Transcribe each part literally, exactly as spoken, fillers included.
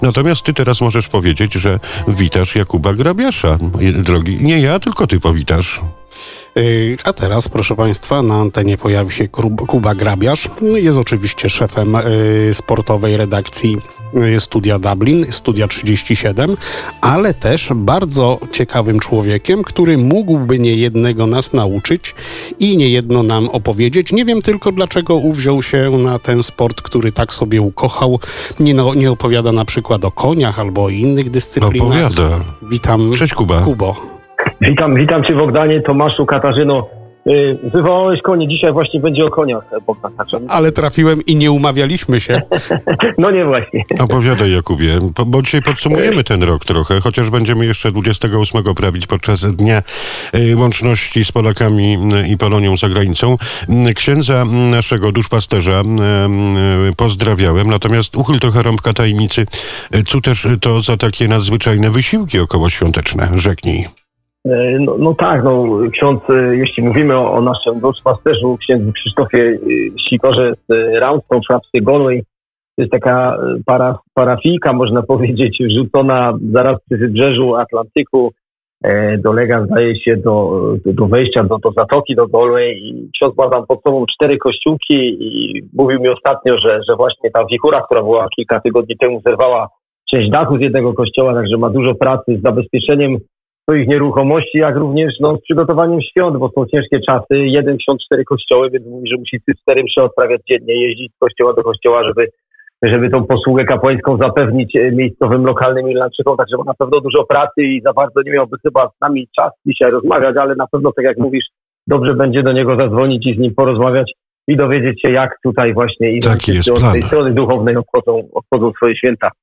Natomiast ty teraz możesz powiedzieć, że witasz Jakuba Grabiasza. Drogi, nie ja, tylko ty powitasz. A teraz, proszę Państwa, na antenie pojawi się Kuba Grabiasz. Jest oczywiście szefem sportowej redakcji Studia Dublin, Studia trzydzieści siedem, ale też bardzo ciekawym człowiekiem, który mógłby niejednego nas nauczyć i niejedno nam opowiedzieć. Nie wiem tylko, dlaczego uwziął się na ten sport, który tak sobie ukochał. Nie, no, nie opowiada na przykład o koniach albo o innych dyscyplinach. Opowiada. Witam. Cześć, Kuba. Kubo. Witam, witam Cię, Bogdanie, Tomaszu, Katarzyno. Yy, wywołałeś konie, dzisiaj właśnie będzie o koniach, Bogdan. Ale trafiłem i nie umawialiśmy się. No nie właśnie. Opowiadaj, Jakubie, bo dzisiaj podsumujemy ten rok trochę, chociaż będziemy jeszcze dwudziestego ósmego prawić podczas Dnia Łączności z Polakami i Polonią za granicą. Księdza naszego duszpasterza pozdrawiałem, natomiast uchyl trochę rąbka tajemnicy. Co też to za takie nadzwyczajne wysiłki okołoświąteczne? Rzeknij. No, no tak, no ksiądz, jeśli mówimy o, o naszym duszpasterzu, księdzu Krzysztofie Sikorze z Roundstone w hrabstwie Galway, to jest taka para, parafijka, można powiedzieć, wrzucona zaraz przy wybrzeżu Atlantyku, e, dolega, zdaje się, do, do, do wejścia do, do zatoki, do Galway, i ksiądz ma tam pod sobą cztery kościółki i mówił mi ostatnio, że, że właśnie ta wichura, która była kilka tygodni temu, zerwała część dachu z jednego kościoła, także ma dużo pracy z zabezpieczeniem swoich nieruchomości, jak również no, z przygotowaniem świąt, bo są ciężkie czasy. Jeden ksiądz, cztery kościoły, więc mówi, że musi cztery msze odprawiać dziennie, jeździć z kościoła do kościoła, żeby, żeby tą posługę kapłańską zapewnić miejscowym, lokalnym Irlandczykom. Także ma na pewno dużo pracy i za bardzo nie miałby chyba z nami czas dzisiaj rozmawiać, ale na pewno, tak jak mówisz, dobrze będzie do niego zadzwonić i z nim porozmawiać i dowiedzieć się, jak tutaj właśnie Irlandczycy od tej strony duchownej obchodzą, obchodzą swoje święta.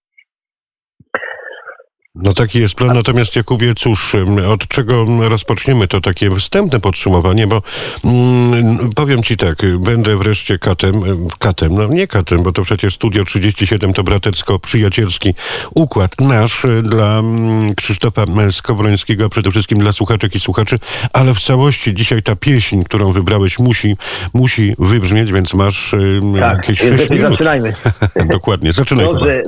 No taki jest plan, natomiast Jakubie, cóż, od czego rozpoczniemy to takie wstępne podsumowanie, bo mm, powiem Ci tak, będę wreszcie katem, katem, no nie katem, bo to przecież Studio trzydzieści siedem to bratecko-przyjacielski układ nasz dla mm, Krzysztofa Skowrońskiego, a przede wszystkim dla słuchaczek i słuchaczy, ale w całości dzisiaj ta pieśń, którą wybrałeś, musi, musi wybrzmieć, więc masz tak, jakieś sześć minut. Zaczynajmy. Dokładnie, zaczynaj. Dobrze.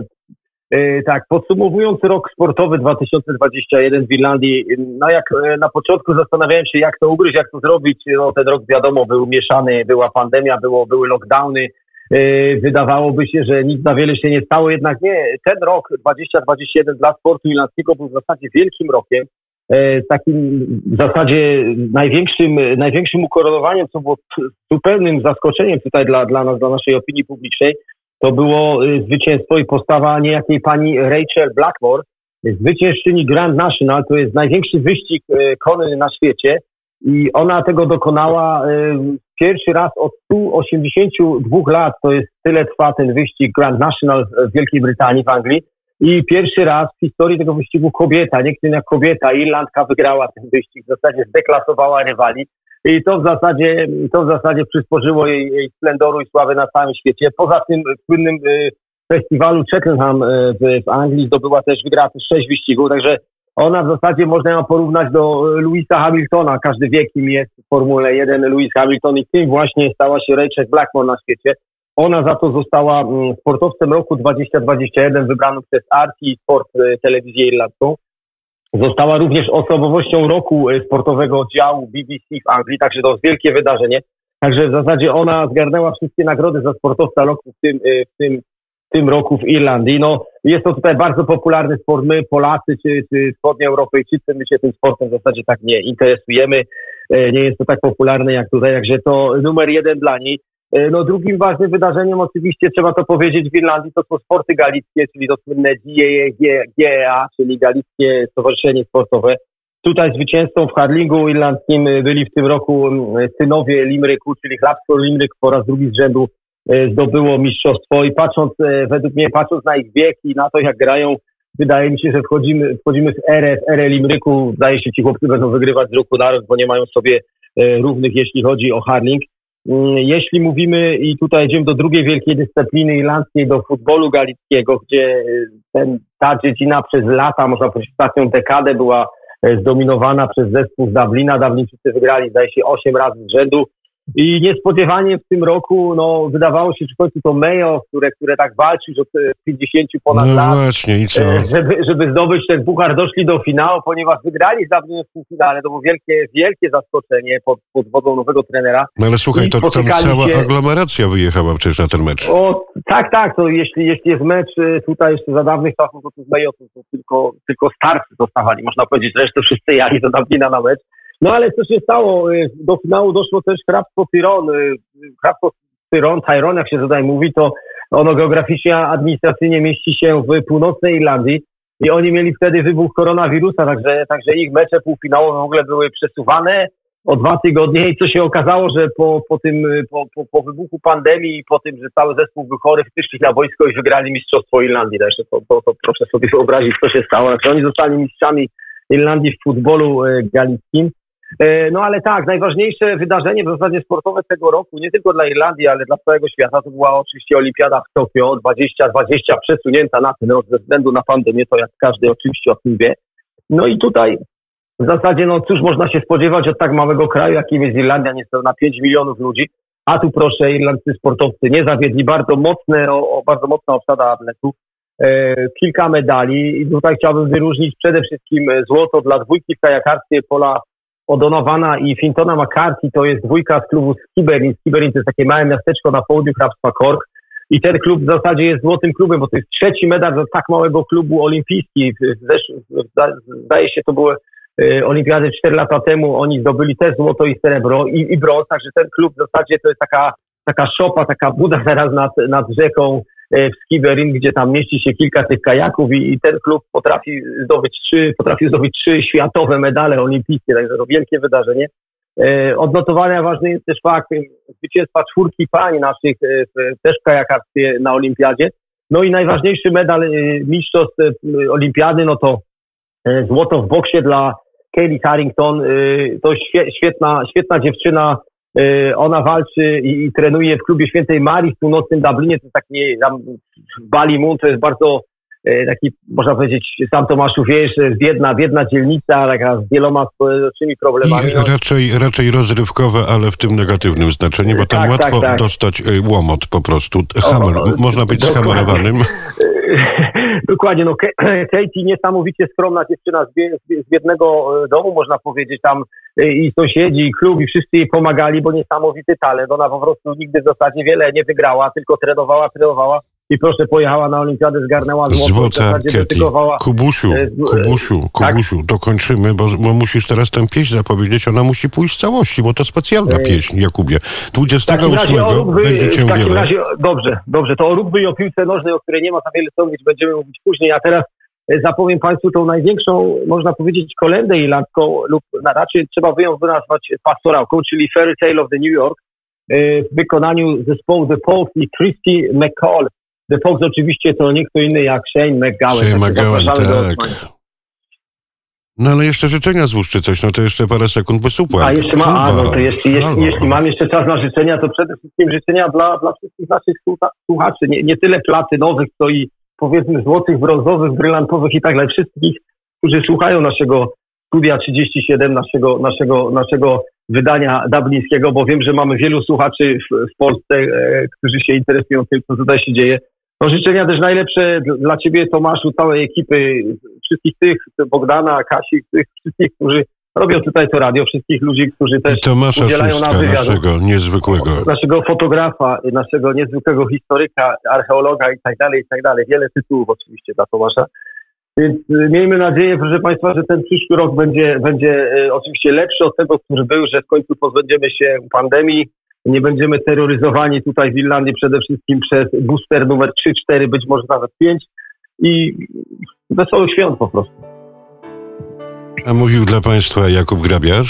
Yy, tak, podsumowując rok sportowy dwa tysiące dwudziesty pierwszy w Irlandii, no jak na początku zastanawiałem się, jak to ugryźć, jak to zrobić. No ten rok, wiadomo, był mieszany, była pandemia, było, były lockdowny. Yy, wydawałoby się, że nic za wiele się nie stało, jednak nie. Ten rok dwudziesty dwudziesty jeden dla sportu irlandzkiego był w zasadzie wielkim rokiem. Yy, takim w zasadzie największym, największym ukoronowaniem, co było zupełnym zaskoczeniem tutaj dla, dla nas, dla naszej opinii publicznej. To było zwycięstwo i postawa niejakiej pani Rachel Blackmore, zwyciężczyni Grand National. To jest największy wyścig konny na świecie i ona tego dokonała pierwszy raz od stu osiemdziesięciu dwóch lat. To jest tyle trwa ten wyścig Grand National w Wielkiej Brytanii, w Anglii. I pierwszy raz w historii tego wyścigu kobieta, nie jak kobieta, Irlandka wygrała ten wyścig, w zasadzie zdeklasowała rywali. I to w zasadzie, to w zasadzie przysporzyło jej, jej splendoru i sławy na całym świecie. Poza tym w słynnym y, festiwalu Cheltenham y, w, w Anglii zdobyła też, wygrała też sześć wyścigów, także ona w zasadzie można ją porównać do Lewisa Hamiltona. Każdy wie, kim jest w Formule jeden Lewis Hamilton i tym właśnie stała się Rachel Blackmore na świecie. Ona za to została y, sportowcem roku dwudziestego dwudziestego pierwszego wybraną przez R T Sport, y, telewizję irlandzką. Została również osobowością roku sportowego działu B B C w Anglii, także to jest wielkie wydarzenie. Także w zasadzie ona zgarnęła wszystkie nagrody za sportowca roku w tym, w tym, w tym roku w Irlandii. No, jest to tutaj bardzo popularny sport. My, Polacy czy, czy wschodnioeuropejczycy, my się tym sportem w zasadzie tak nie interesujemy. Nie jest to tak popularne jak tutaj, także to numer jeden dla niej. No drugim ważnym wydarzeniem oczywiście, trzeba to powiedzieć, w Irlandii to są sporty galickie, czyli to słynne G E A, czyli Galickie Stowarzyszenie Sportowe. Tutaj zwycięzcą w hurlingu irlandzkim byli w tym roku synowie Limeriku, czyli hrabstwo Limerick po raz drugi z rzędu zdobyło mistrzostwo i patrząc, według mnie, patrząc na ich wiek i na to, jak grają, wydaje mi się, że wchodzimy, wchodzimy w erę, w erę Limeriku. Zdaje się, ci chłopcy będą wygrywać z roku na rok, bo nie mają sobie równych, jeśli chodzi o hurling. Jeśli mówimy, i tutaj idziemy do drugiej wielkiej dyscypliny irlandzkiej, do futbolu galickiego, gdzie ten, ta dziedzina przez lata, można powiedzieć, ostatnią dekadę była zdominowana przez zespół z Dublina. Dublińczycy wygrali, zdaje się, osiem razy z rzędu. I niespodziewanie w tym roku, no wydawało się, że w końcu to Mayo, które, które tak walczy już od pięćdziesięciu ponad no lat, właśnie, i co? żeby, żeby zdobyć ten puchar, doszli do finału, ponieważ wygrali z Dublinem w półfinale. To było wielkie, wielkie zaskoczenie pod, pod wodą nowego trenera. No ale słuchaj, to tam cała się... aglomeracja wyjechała przecież na ten mecz. O, tak, tak, to jeśli, jeśli jest mecz tutaj jeszcze za dawnych czasów, to, to z Mayo to, to tylko, tylko starcy dostawali, można powiedzieć, resztę wszyscy jali do Dublina na mecz. No ale co się stało? Do finału doszło też hrabstwo Tyrone. Hrabstwo Tyrone, Tyrone, jak się tutaj mówi, to ono geograficznie, administracyjnie mieści się w północnej Irlandii i oni mieli wtedy wybuch koronawirusa, także, także ich mecze półfinałowe w ogóle były przesuwane o dwa tygodnie i co się okazało, że po, po tym, po, po, po wybuchu pandemii i po tym, że cały zespół był chory, wyszli na wojsko i wygrali Mistrzostwo Irlandii. Także to, to, to proszę sobie wyobrazić, co się stało. Znaczy oni zostali mistrzami Irlandii w futbolu galickim. No ale tak, najważniejsze wydarzenie w zasadzie sportowe tego roku, nie tylko dla Irlandii, ale dla całego świata, to była oczywiście Olimpiada w Tokio dwadzieścia dwadzieścia, przesunięta na ten rok ze względu na pandemię, to jak każdy oczywiście o tym wie. No i tutaj w zasadzie, no cóż można się spodziewać od tak małego kraju, jakim jest Irlandia, niespełna pięć milionów ludzi, a tu proszę, irlandzcy sportowcy nie zawiedli, bardzo mocne, o, o, bardzo mocna obsada atletów, e, kilka medali i tutaj chciałbym wyróżnić przede wszystkim złoto dla dwójki w kajakarstwie Paula O'Donowana i Fintona McCarthy, to jest dwójka z klubu Skibbereen. Skibbereen to jest takie małe miasteczko na południu hrabstwa Cork i ten klub w zasadzie jest złotym klubem, bo to jest trzeci medal za tak małego klubu olimpijski. Zdaje się, to były olimpiady cztery lata temu, oni zdobyli też złoto i srebro i, i brąz, także ten klub w zasadzie to jest taka, taka szopa, taka buda zaraz nad, nad rzeką w Skibbereen, gdzie tam mieści się kilka tych kajaków i, i ten klub potrafi zdobyć trzy, potrafi zdobyć trzy światowe medale olimpijskie, także to wielkie wydarzenie. E, odnotowania ważny jest też fakt zwycięstwa czwórki pań naszych e, w, też w kajakarstwie na olimpiadzie. No i najważniejszy medal e, mistrzostw e, olimpiady, no to e, złoto w boksie dla Kaylee Harrington. E, to świe, świetna, świetna dziewczyna. Ona walczy i, i trenuje w klubie Świętej Marii w północnym Dublinie, to jest taki tam Ballymun, to jest bardzo e, taki, można powiedzieć, sam Tomaszu wiesz, biedna, biedna dzielnica, taka z wieloma społecznymi problemami. I raczej, raczej rozrywkowe, ale w tym negatywnym znaczeniu, bo tam tak, łatwo tak, tak. dostać łomot po prostu, hammer, o, o, można być skamerowanym. Dokładnie, no Katie niesamowicie skromna dziewczyna z biednego domu, można powiedzieć, tam i sąsiedzi, i klub, i wszyscy jej pomagali, bo niesamowity talent. Ona po prostu nigdy w zasadzie wiele nie wygrała, tylko trenowała, trenowała i proszę, pojechała na olimpiadę, zgarnęła złoto. Złota detygowała... Kubusiu, Kubusiu, Kubusiu, tak? Dokończymy, bo, bo musisz teraz tę pieśń zapowiedzieć, ona musi pójść w całości, bo to specjalna pieśń, Jakubie. dwudziestego ósmego będzie cię w takim wiele. razie, dobrze, dobrze, to o rugby i o piłce nożnej, o której nie ma za wiele co mówić, będziemy mówić później, a teraz zapowiem Państwu tą największą, można powiedzieć, kolędę irlandzką lub na raczej trzeba by ją nazwać pastorałką, czyli Fairy Tale of the New York w wykonaniu zespołu The Pogues i Christy McCall. The Pogues oczywiście to nie kto inny jak Shane McGowan. Shane McGowan, tak. No ale jeszcze życzenia złóż czy coś, no to jeszcze parę sekund posupła. A jeszcze mam, a, no to jeśli, jeśli, jeśli mam jeszcze czas na życzenia, to przede wszystkim życzenia dla, dla wszystkich naszych słuchaczy, nie, nie tyle platynowych, co i powiedzmy złotych, brązowych, brylantowych i tak dalej, wszystkich, którzy słuchają naszego Studia trzydzieści siedem, naszego, naszego, naszego wydania dublińskiego, bo wiem, że mamy wielu słuchaczy w, w Polsce, e, którzy się interesują tym, co tutaj się dzieje. No życzenia też najlepsze dla Ciebie, Tomaszu, całej ekipy, wszystkich tych, Bogdana, Kasi, tych wszystkich, którzy robią tutaj to radio, wszystkich ludzi, którzy też Tomasza udzielają nam wywiadu. Naszego niezwykłego. Naszego fotografa, naszego niezwykłego historyka, archeologa i tak dalej, i tak dalej. Wiele tytułów oczywiście dla Tomasza. Więc miejmy nadzieję, proszę Państwa, że ten przyszły rok będzie, będzie e, oczywiście lepszy od tego, który był, że w końcu pozbędziemy się pandemii, nie będziemy terroryzowani tutaj w Irlandii przede wszystkim przez booster numer trzy, cztery, być może nawet pięć i wesołych świąt po prostu. A mówił dla Państwa Jakub Grabiarz.